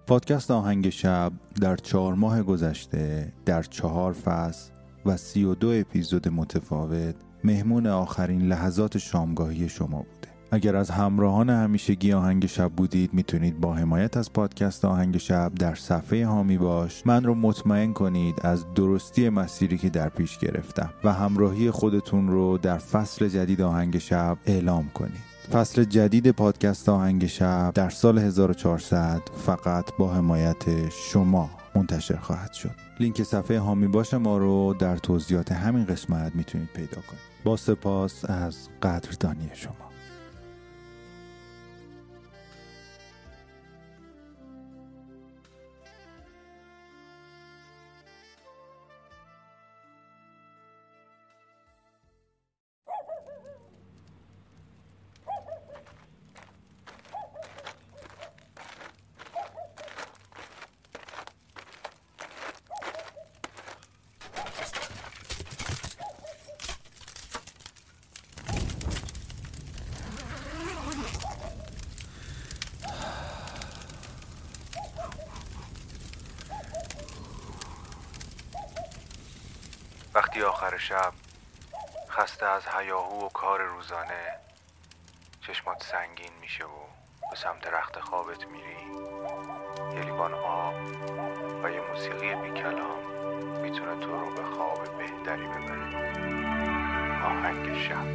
پادکست آهنگ شب در 4 ماه گذشته در 4 فصل و 32 اپیزود متفاوت مهمون آخرین لحظات شامگاهی شما بوده. اگر از همراهان همیشگی آهنگ شب بودید میتونید با حمایت از پادکست آهنگ شب در صفحه حامی باش من رو مطمئن کنید از درستی مسیری که در پیش گرفتم و همراهی خودتون رو در فصل جدید آهنگ شب اعلام کنید. فصل جدید پادکست آهنگ شب در سال 1400 فقط با حمایت شما منتشر خواهد شد. لینک صفحه حامی باش ما رو در توضیحات همین قسمت میتونید پیدا کنید. با سپاس از قدردانی شما. وقتی آخر شب خسته از هیاهو و کار روزانه چشمات سنگین میشه و به سمت رخت خوابت میری، یه لیوان آب و یه موسیقی بی کلام میتونه تو رو به خواب بهتری ببره. آهنگ شب.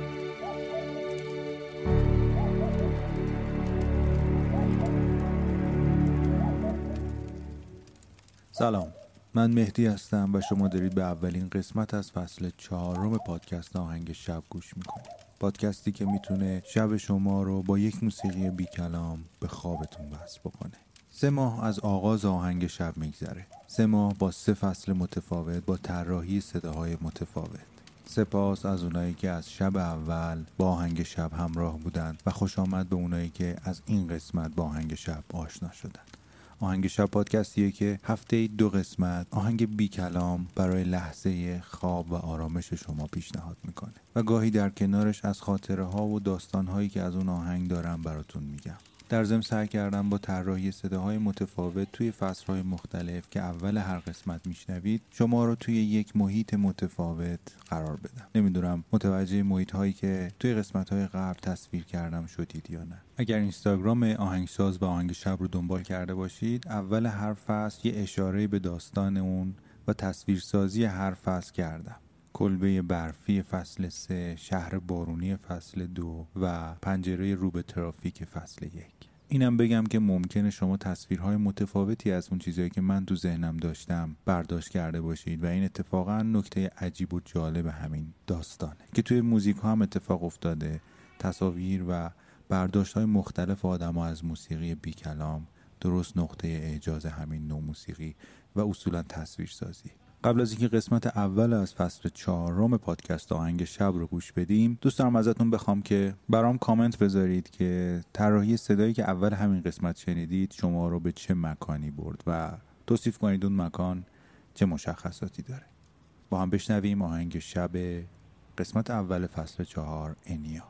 سلام، من مهدی هستم و شما دارید به اولین قسمت از فصل 4 پادکست آهنگ شب گوش میکنید. پادکستی که میتونه شب شما رو با یک موسیقی بی کلام به خوابتون وصل بکنه. 3 ماه از آغاز آهنگ شب میگذره. 3 ماه با 3 فصل متفاوت با طراحی صداهای متفاوت. سپاس از اونایی که از شب اول با آهنگ شب همراه بودن و خوش آمد به اونایی که از این قسمت با آهنگ شب آشنا شدن. آهنگ شب پادکستیه که هفته 2 قسمت آهنگ بی کلام برای لحظه خواب و آرامش شما پیشنهاد میکنه و گاهی در کنارش از خاطره ها و داستان هایی که از اون آهنگ دارم براتون میگم. در ضمن سعی کردم با طراحی صداهای متفاوت توی فصلهای مختلف که اول هر قسمت میشنوید شما رو توی یک محیط متفاوت قرار بدم. نمیدونم متوجه محیط هایی که توی قسمت های قبل تصویر کردم شدید یا نه. اگر اینستاگرام آهنگساز و آهنگ شب رو دنبال کرده باشید اول هر فصل یه اشاره به داستان اون و تصویرسازی هر فصل کردم. کلبه برفی فصل 3، شهر بارونی فصل 2 و پنجره رو به ترافیک فصل 1. اینم بگم که ممکنه شما تصویرهای متفاوتی از اون چیزایی که من تو ذهنم داشتم برداشت کرده باشید و این اتفاقا نکته عجیب و جالب همین داستانه که توی موزیک ها هم اتفاق افتاده. تصاویر و برداشت‌های مختلف آدم‌ها از موسیقی بی کلام درست نقطه اعجاز همین نوع موسیقی و اصولا تصویرسازی. قبل از اینکه قسمت اول از فصل 4 پادکست آهنگ شب رو گوش بدیم دوست دارم ازتون بخوام که برام کامنت بذارید که طراحی صدایی که اول همین قسمت شنیدید شما رو به چه مکانی برد و توصیف کنید اون مکان چه مشخصاتی داره. با هم بشنویم آهنگ شب قسمت اول فصل 4 انیا.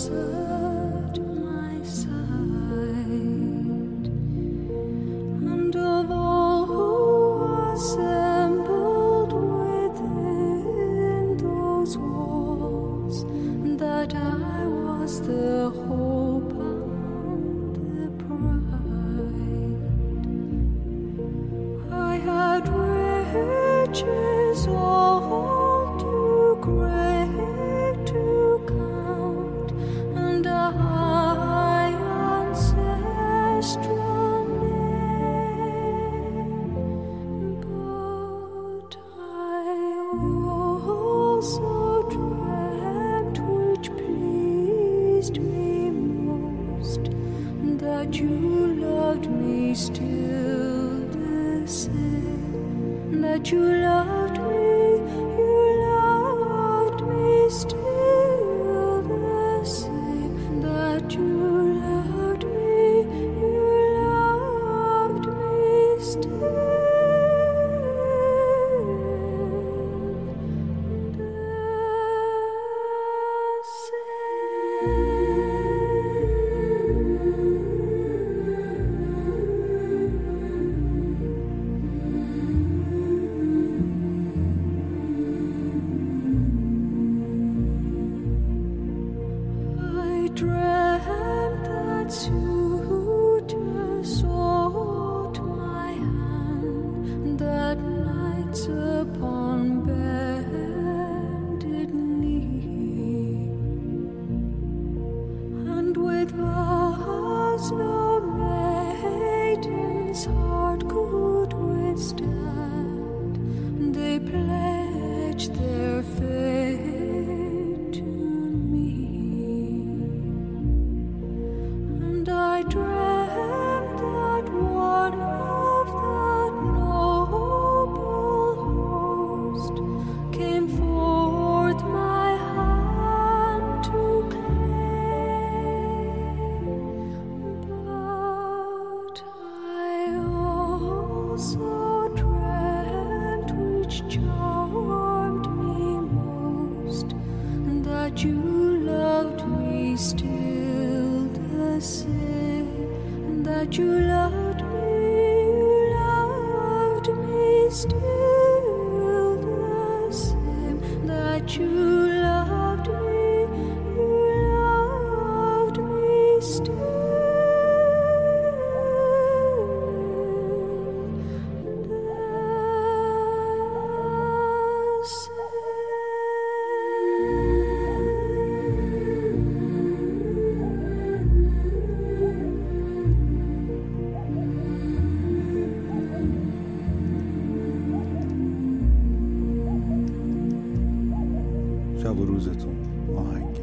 at my side, and of all who assembled within those walls, that I was the hope and the pride. I had riches all too great to count, and a high ancestral name, but I also dreamt, which pleased me most, that you loved me still the same, that you loved me still the same, that you loved me still dreamt that suitors sought my hand, that knights upon bended knee, and with vows no maiden's heart could withstand, they pledged their faith to me. And I dreamt that one of that noble host came forth my hand to claim, but I also dreamt, which charmed me most, that you loved me still the same, that you loved me still the same, that you loved me still the شب و روزتون آهنگی.